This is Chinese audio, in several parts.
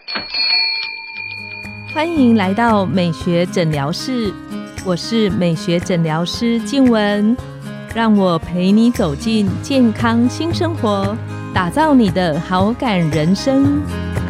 欢迎来到美学诊疗室，我是美学诊疗师静雯，让我陪你走进健康新生活，打造你的好感人生。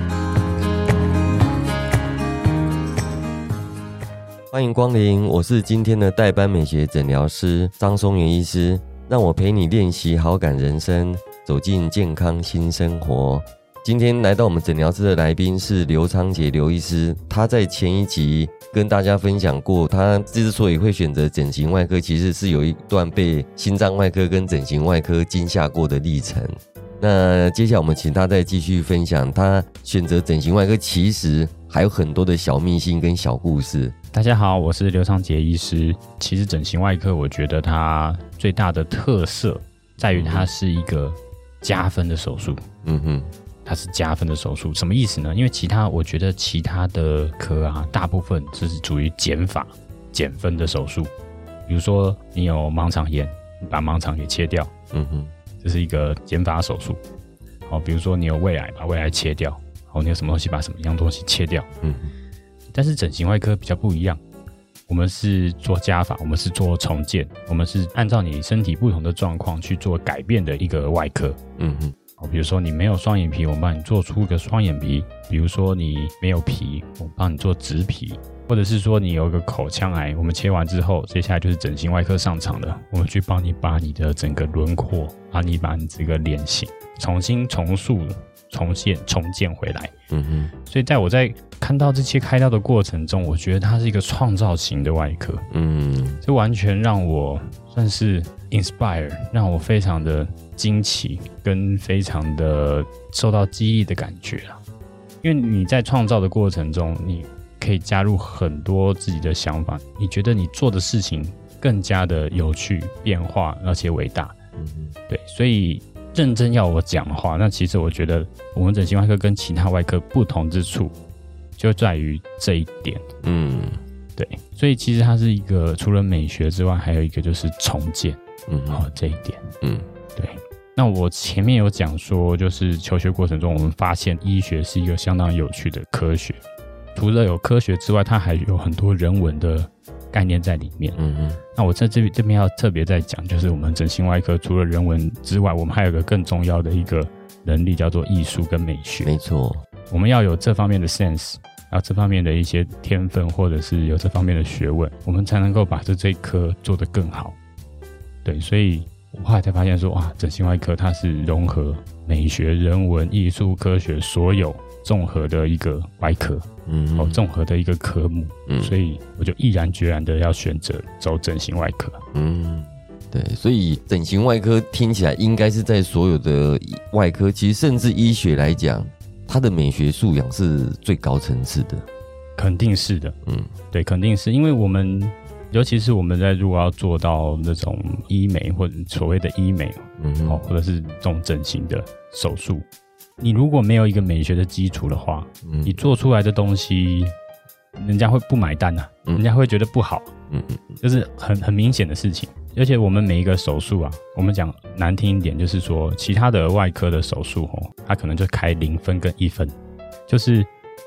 欢迎光临，我是今天的代班美学诊疗师张松元医师，让我陪你练习好感人生，走进健康新生活。今天来到我们诊疗室的来宾是刘昌杰刘医师，他在前一集跟大家分享过，他之所以会选择整形外科，其实是有一段被心脏外科跟整形外科惊吓过的历程。那接下来我们请他再继续分享他选择整形外科其实还有很多的小秘辛跟小故事。 大家好，我是刘昌杰医师。其实整形外科我觉得它最大的特色在于它是一个加分的手术。它是加分的手术，什么意思呢？因为我觉得其他的科啊，大部分就是属于减法减分的手术。比如说你有盲肠炎，你把盲肠给切掉，这是一个减法手术。好，比如说你有胃癌，把胃癌切掉。好，你有什么东西把什么样东西切掉。但是整形外科比较不一样，我们是做加法，我们是做重建，我们是按照你身体不同的状况去做改变的一个外科。比如说你没有双眼皮，我们帮你做出一个双眼皮；比如说你没有皮，我们帮你做植皮；或者是说你有一个口腔癌，我们切完之后，接下来就是整形外科上场了，我们去帮你把你的整个轮廓，把你这个脸型重新重塑、重建回来。所以我在看到这些开刀的过程中，我觉得它是一个创造型的外科。这完全让我算是 inspire， 让我非常的惊奇，跟非常的受到激励的感觉啦。因为你在创造的过程中，你可以加入很多自己的想法，你觉得你做的事情更加的有趣、变化，而且伟大。对，所以认真要我讲的话，那其实我觉得我们整形外科跟其他外科不同之处就在于这一点。对，所以其实它是一个除了美学之外，还有一个就是重建。这一点。对。那我前面有讲说，就是求学过程中，我们发现医学是一个相当有趣的科学。除了有科学之外，它还有很多人文的概念在里面。那我在这边要特别再讲，就是我们整形外科除了人文之外，我们还有一个更重要的一个能力，叫做艺术跟美学。 没错， 我们要有这方面的 sense， 要这方面的一些天分，或者是有这方面的学问，我们才能够把这一科做得更好。对，所以我后来才发现说，哇，整形外科它是融合美学、人文、艺术、科学所有综合的一个外科。综合的一个科目。所以我就毅然决然的要选择走整形外科。 对，所以整形外科听起来应该是在所有的外科，其实甚至医学来讲，它的美学素养是最高层次的。 肯定是的。对，肯定是，因为我们尤其是我们如果要做到那种医美或者所谓的医美，或者是这种整形的手术，你如果没有一个美学的基础的话，你做出来的东西人家会不买单啊，人家会觉得不好。就是很明显的事情。而且我们每一个手术啊，我们讲难听一点，就是说其他的外科的手术它可能就开0分跟1分，就是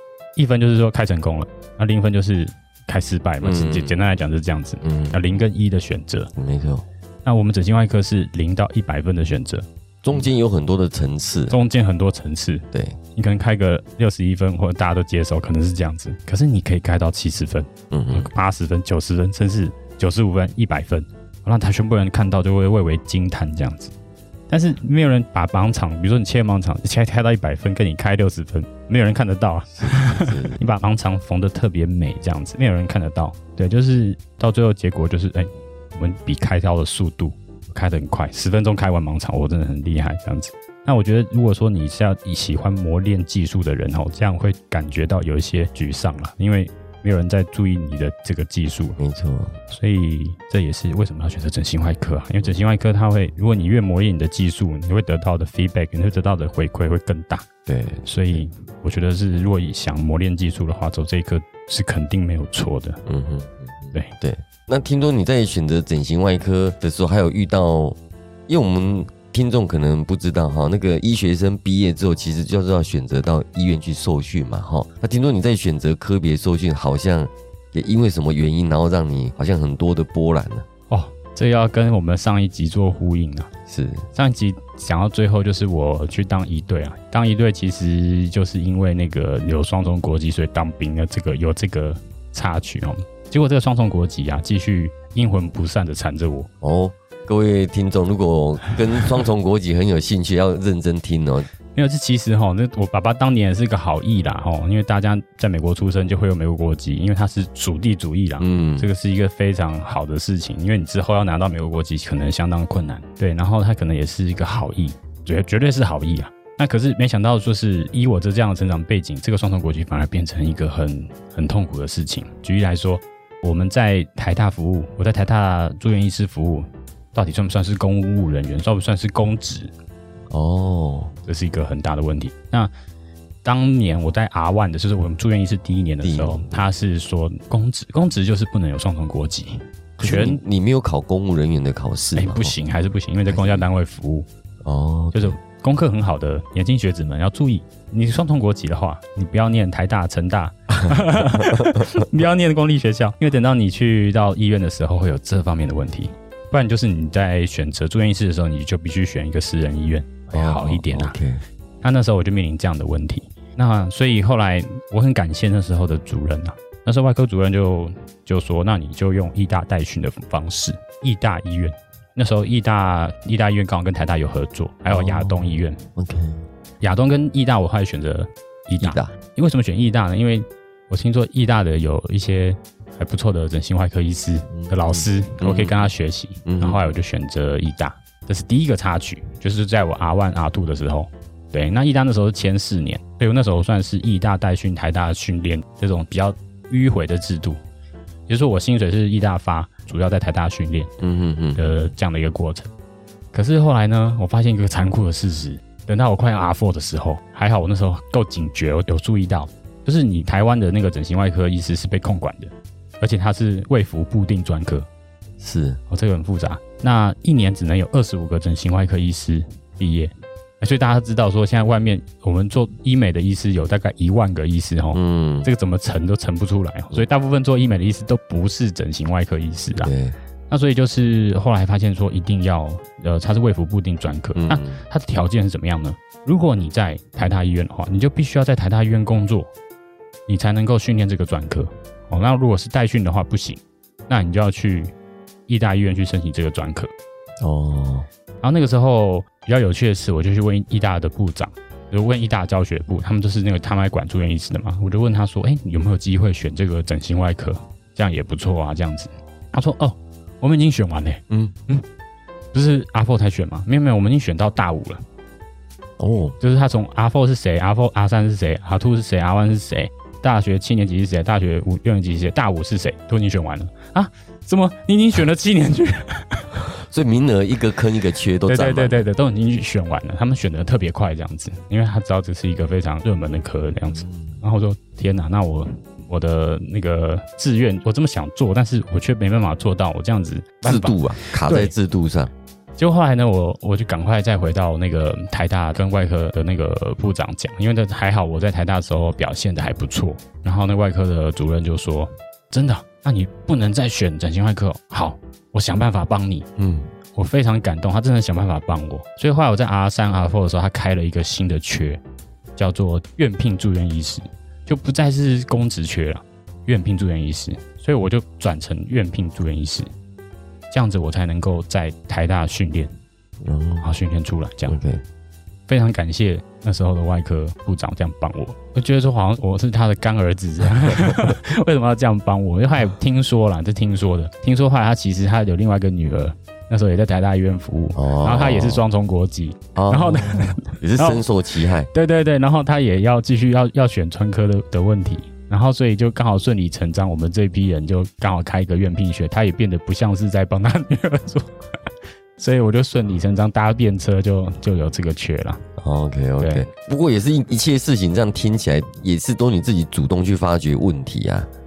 1分就是说开成功了，那0分就是开失败嘛。简单来讲就是这样子。那0跟1的选择。 没错。 那我们整形外科是0到100分的选择。 中间有很多的层次，对， 你可能开个61分，或者大家都接受，可能是这样子。可是你可以开到70分、80分、90分，甚至95分、100分，让他全部人看到就会蔚为惊叹这样子。但是没有人把盲肠，比如说你切盲肠，开到100分，跟你开60分，没有人看得到啊。你把盲肠缝得特别美这样子，没有人看得到。对，就是到最后结果就是，我们比开刀的速度。开得很快，10分钟开完盲肠，我真的很厉害这样子。那我觉得如果说你是要喜欢磨练技术的人，这样会感觉到有一些沮丧啦，因为没有人在注意你的这个技术。 没错。 所以这也是为什么要选择整形外科因为整形外科它会，如果你越磨练你的技术，你会得到的 feedback， 你会得到的回馈会更大。 对， 所以我觉得是如果想磨练技术的话，走这一科是肯定没有错的。 对。那听说你在选择整形外科的时候，还有遇到，因为我们听众可能不知道哈，那个医学生毕业之后，其实就是要选择到医院去受训嘛哈。那听说你在选择科别受训，好像也因为什么原因，然后让你好像很多的波澜呢？ 哦，这要跟我们上一集做呼应啊。 是上一集讲到最后，就是我去当仪队啊，当仪队其实就是因为那个有双重国籍，所以当兵的有这个插曲哦。结果这个双重国籍啊，继续阴魂不散的缠着我哦。各位听众，如果跟双重国籍很有兴趣，要认真听哦。 因为这其实那我爸爸当年也是个好意啦因为大家在美国出生就会有美国国籍，因为他是属地主义啦，这个是一个非常好的事情，因为你之后要拿到美国国籍可能相当困难，对，然后他可能也是一个好意，绝对是好意啊。那可是没想到，就是以我这样的成长背景，这个双重国籍反而变成一个很痛苦的事情。举例来说，我们在台大服务，我在台大住院医师服务，到底算不算是公务人员，算不算是公职？这是一个很大的问题。那当年我在 R1 的，就是我们住院医师第一年的时候，他是说公职就是不能有双重国籍。 你没有考公务人员的考试吗？ 不行，还是不行，因为在公家单位服务。就是功课很好的年轻学子们要注意，你双重国籍的话，你不要念台大、成大，不要念公立学校，因为等到你去到医院的时候会有这方面的问题。不然就是你在选择住院医师的时候，你就必须选一个私人医院会好一点啊。那时候我就面临这样的问题，那所以后来我很感谢那时候的主任啊，那时候外科主任就说，那你就用医大代训的方式，义大医院。那时候义大医院刚好跟台大有合作，还有亚东医院。亚东跟义大我后来选择义大。为什么选义大呢？因为我听说义大的有一些还不错的整形外科医师的老师，我可以跟他学习。然后后来我就选择义大，这是第一个插曲，就是在我 R1、R2 的时候。对，那义大那时候是签4年，所以我那时候算是义大代训、台大训练这种比较迂回的制度，也就是说我薪水是义大发，主要在台大训练的这样的一个过程。可是后来呢，我发现一个残酷的事实，等到我快要 R4 的时候，还好我那时候够警觉，我有注意到，就是你台湾的那个整形外科医师是被控管的，而且他是卫福部定专科， 是这个很复杂。那一年只能有25个整形外科医师毕业。所以大家知道说，现在外面我们做医美的医师有大概1万个医师这个怎么乘都乘不出来，所以大部分做医美的医师都不是整形外科医师啊。那所以就是后来发现说，一定要他是卫福部定专科。那他的条件是怎么样呢？如果你在台大医院的话，你就必须要在台大医院工作，你才能够训练这个专科。那如果是代训的话不行，那你就要去义大医院去申请这个专科。然后那个时候比较有趣的是，我就去问义大的部长，就问义大教学部，他们就是那个他们来管住院医师的嘛，我就问他说，你有没有机会选这个整形外科？这样也不错啊，这样子。他说，我们已经选完了。不是 R4 才选吗？没有，我们已经选到大5了。就是他从 R4 是谁 ，R3 是谁 ，R2 是谁 ，R1 是谁，大学7年级是谁，大学6年级是谁，大5是谁，都已经选完了啊？怎么你已经选了7年去？ 所以名额一个坑一个缺都占满。 对，都已经选完了。他们选得特别快这样子，因为他知道这是一个非常热门的科这样子。然后我说天哪，那我的那个志愿我这么想做，但是我却没办法做到，我这样子制度啊卡在制度上。 结果后来呢，我就赶快再回到那个台大跟外科的那个部长讲，因为还好我在台大的时候表现得还不错。然后那外科的主任就说：“真的，那你不能再选整形外科。”好，我想办法帮你。我非常感动，他真的想办法帮我。所以后来我在 R3、R4 的时候，他开了一个新的缺，叫做院聘住院医师，就不再是公职缺了，院聘住院医师。所以我就转成院聘住院医师。这样子我才能够在台大训练，然后训练出来这样。非常感谢那时候的外科部长这样帮我，我觉得说好像我是他的干儿子这样。为什么要这样帮我？因为后来听说啦，这听说的，听说后来他其实他有另外一个女儿，那时候也在台大医院服务，然后他也是双重国籍，然后呢也是深受其害。 对，然后他也要继续要选专科的问题。然后所以就刚好顺理成章，我们这批人就刚好开一个院聘学，他也变得不像是在帮他女儿做，所以我就顺理成章搭便车就有这个缺了。 OK， 不过也是一切事情这样听起来也是都你自己主动去发掘问题啊。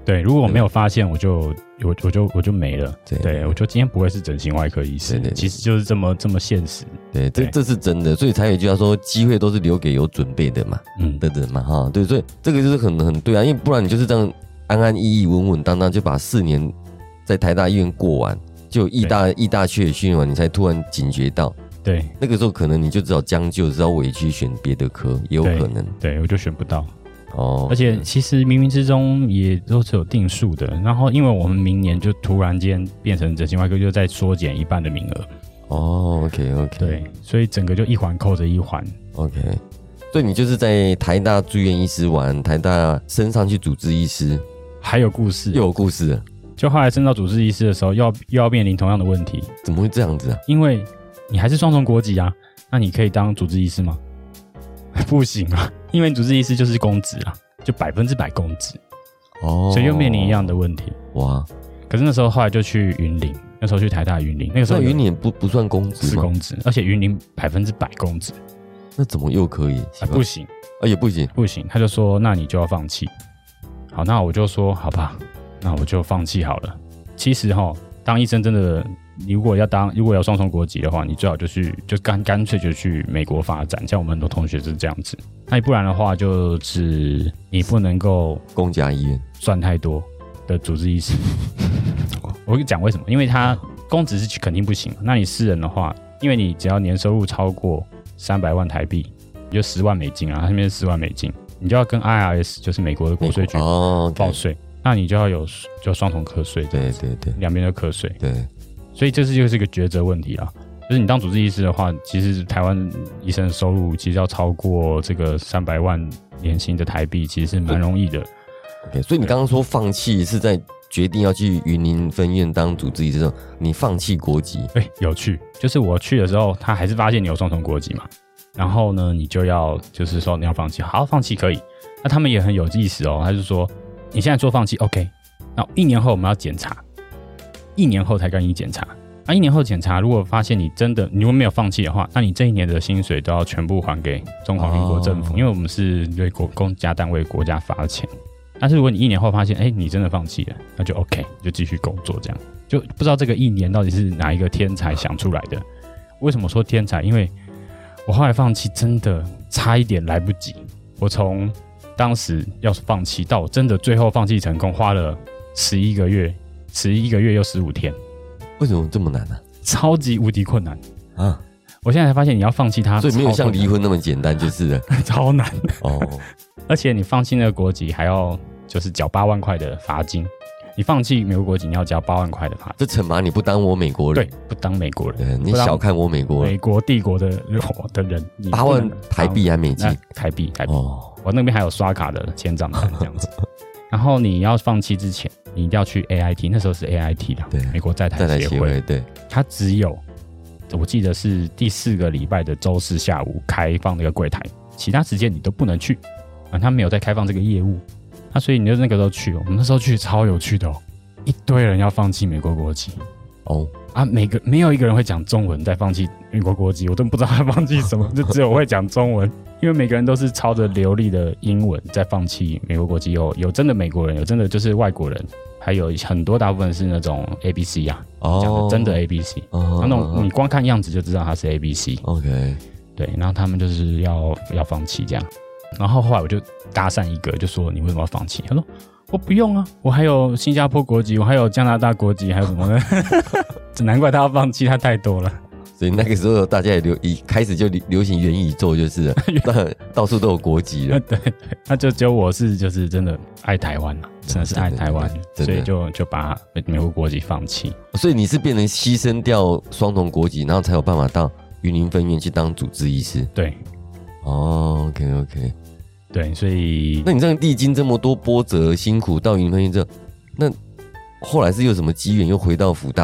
对，如果我没有发现，我就没了。对，我就今天不会是整形外科医师。对，其实就是这么现实。 对，这是真的，所以才有一句话说，机会都是留给有准备的嘛，的人嘛，哈，对，所以这个就是很对啊，因为不然你就是这样安安逸逸、稳稳当当就把4年在台大医院过完，就义大确训完，你才突然警觉到。 对， 那个时候可能你就只好将就，只好委屈选别的科，也有可能。 对，我就选不到。而且其实冥冥之中也都是有定数的。然后因为我们明年就突然间变成整形外科，就再缩减1半的名额。 OK。 对，所以整个就一环扣着一环。 OK， 所以你就是在台大住院医师完，台大升上去主治医师， 还有故事， 又有故事了。 就后来升到主治医师的时候，又要面临同样的问题。 怎么会这样子啊？ 因为你还是双重国籍啊，那你可以当主治医师吗？不行啊，因为主治医师就是公职啊，就100%公职。所以又面临一样的问题。哇！可是那时候后来就去云林，那时候去台大云林，那个时候云林不算公职吗？ 是公职，而且云林100%公职。 那怎么又可以？ 不行， 也不行， 不行。他就说，那你就要放弃。好，那我就说，好吧，那我就放弃好了。其实当医生真的，如果有双重国籍的话，你最好就干脆就去美国发展，像我们很多同学是这样子。那不然的话，就是你不能够公家医院赚太多的主治医师。我跟你讲为什么？因为他公职是肯定不行。那你私人的话，因为你只要年收入超过300万台币，就10万美金啊，它那边是10万美金，你就要跟 IRS 就是美国的国税局报税。那你就要有双重课税，对，两边都课税，对，所以这就是一个抉择问题啦。就是你当主治医师的话，其实台湾医生的收入其实要超过这个300万年薪的台币，其实是蛮容易的。 Okay, 所以你刚刚说放弃是在决定要去云林分院当主治医师的时候，你放弃国籍？ 有趣，就是我去的时候，他还是发现你有双重国籍嘛，然后呢，你就要就是说你要放弃，好，放弃可以。那他们也很有意思他就说。你现在做放弃 OK， 那1年后我们要检查，1年后才跟你检查。那1年后检查，如果发现你如果没有放弃的话，那你这1年的薪水都要全部还给中华民国政府，因为我们是对公家单位国家发的钱。但是如果你1年后发现，你真的放弃了，那就 OK， 就继续工作这样。就不知道这个1年到底是哪一个天才想出来的。为什么说天才？因为我后来放弃真的差一点来不及，我从当时要放弃到我真的最后放弃成功，花了11个月又15天。 为什么这么难呢？ 超级无敌困难啊！我现在才发现你要放弃它， 所以没有像离婚那么简单就是了。 超难而且你放弃那个国籍还要就是缴8万块的罚金。你放弃美国国籍，你要交8万块的罚金。 这惩罚你不当我美国人， 对，不当美国人， 你小看我美国人， 美国帝国的人 ，8万台币还美金？ 台币。我那边还有刷卡的签账单这样子。然后你要放弃之前，你一定要去 AIT， 那时候是 AIT 的，美国在台协会， 对， 它只有我记得是第4个礼拜的周四下午开放那个柜台，其他时间你都不能去他没有在开放这个业务。所以你就那个时候去我们那时候去超有趣的一堆人要放弃美国国籍没有一个人会讲中文在放弃美国国籍，我都不知道他放弃什么，就只有我会讲中文，因为每个人都是操着流利的英文在放弃美国国籍。有真的美国人，有真的就是外国人，还有很多大部分是那种 ABC 讲的真的 ABC，那种你光看样子就知道他是 ABC。 OK， 对，然后他们就是要放弃这样。然后后来我就搭讪一个，就说你为什么要放弃？他说我不用啊，我还有新加坡国籍，我还有加拿大国籍，还有什么呢？难怪他要放弃，他太多了。 所以那个时候大家也开始就流行元宇宙，就是了到处都有国籍了。 对，那就只有我是就是真的爱台湾了，真的是爱台湾，所以就把美国国籍放弃。 所以你是变成牺牲掉双重国籍，然后才有办法到云林分院去当主治医师。 对 ，OK， 对，所以那你这样历经这么多波折辛苦到云林分院之后，那后来是有什么机缘又回到辅大了？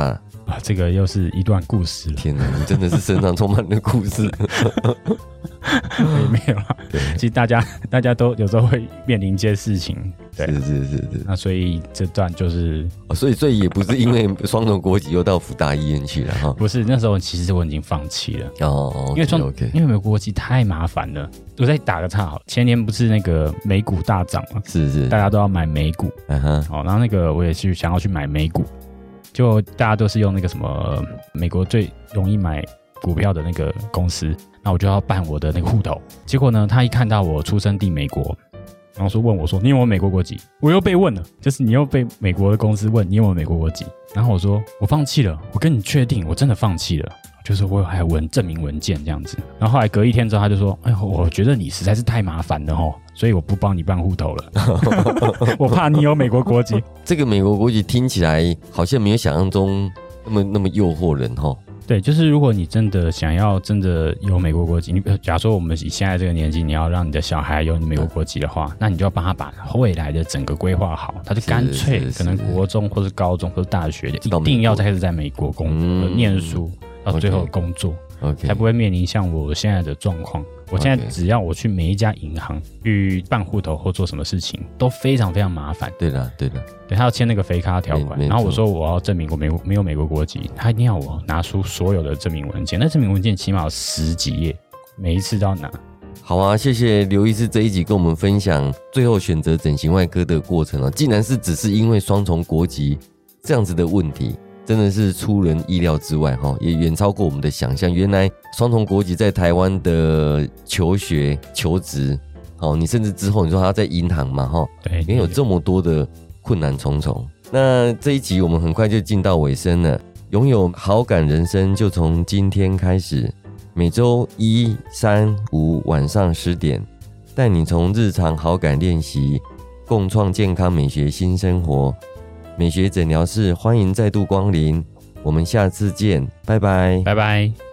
这个又是一段故事了。 天哪，你真的是身上充满了故事。 也没有啦，其实大家都有时候会面临一些事情，对， 是。 那所以这段就是， 所以也不是因为双重国籍又到辅大医院去了哈。 不是，那时候其实我已经放弃了因为因为美国国籍太麻烦了。我再打个岔好，前年不是那个美股大涨吗？ 是， 大家都要买美股，然后那个我也是想要去买美股，就大家都是用那个什么美国最容易买股票的那个公司。那我就要办我的那个户头，结果呢，他一看到我出生地美国，然后问我说：“你有没有美国国籍？”我又被问了，就是你又被美国的公司问你有没有美国国籍，然后我说我放弃了，我跟你确定，我真的放弃了，就是我还有证明文件这样子。然后后来隔一天之后，他就说：“哎呦，我觉得你实在是太麻烦了齁，所以我不帮你办户头了，我怕你有美国国籍。” 这个美国国籍听起来好像没有想象中那么诱惑人齁。 对，就是如果你真的想要真的有美国国籍，你假如说我们以现在这个年纪，你要让你的小孩有你美国国籍的话，那你就要帮他把未来的整个规划好，他就干脆可能国中或是高中或是大学一定要开始在美国念书，到最后工作，才不会面临像我现在的状况。我现在只要我去每一家银行去办户头或做什么事情，都非常非常麻烦。对的，他要签那个肥咖条款，然后我说我要证明我没有美国国籍，他一定要我拿出所有的证明文件，那证明文件起码有10几页，每一次都要拿。 好啊，谢谢刘医师这一集跟我们分享最后选择整形外科的过程啊，竟然是只是因为双重国籍这样子的问题。真的是出人意料之外，也远超过我们的想象。原来双重国籍在台湾的求学、求职，你甚至之后你说他要在银行嘛， 对， 也有这么多的困难重重。那这一集我们很快就进到尾声了。拥有好感人生就从今天开始，每周1、3、5晚上10点，带你从日常好感练习，共创健康美学新生活。美学诊疗室欢迎再度光临，我们下次见，拜拜， 拜拜。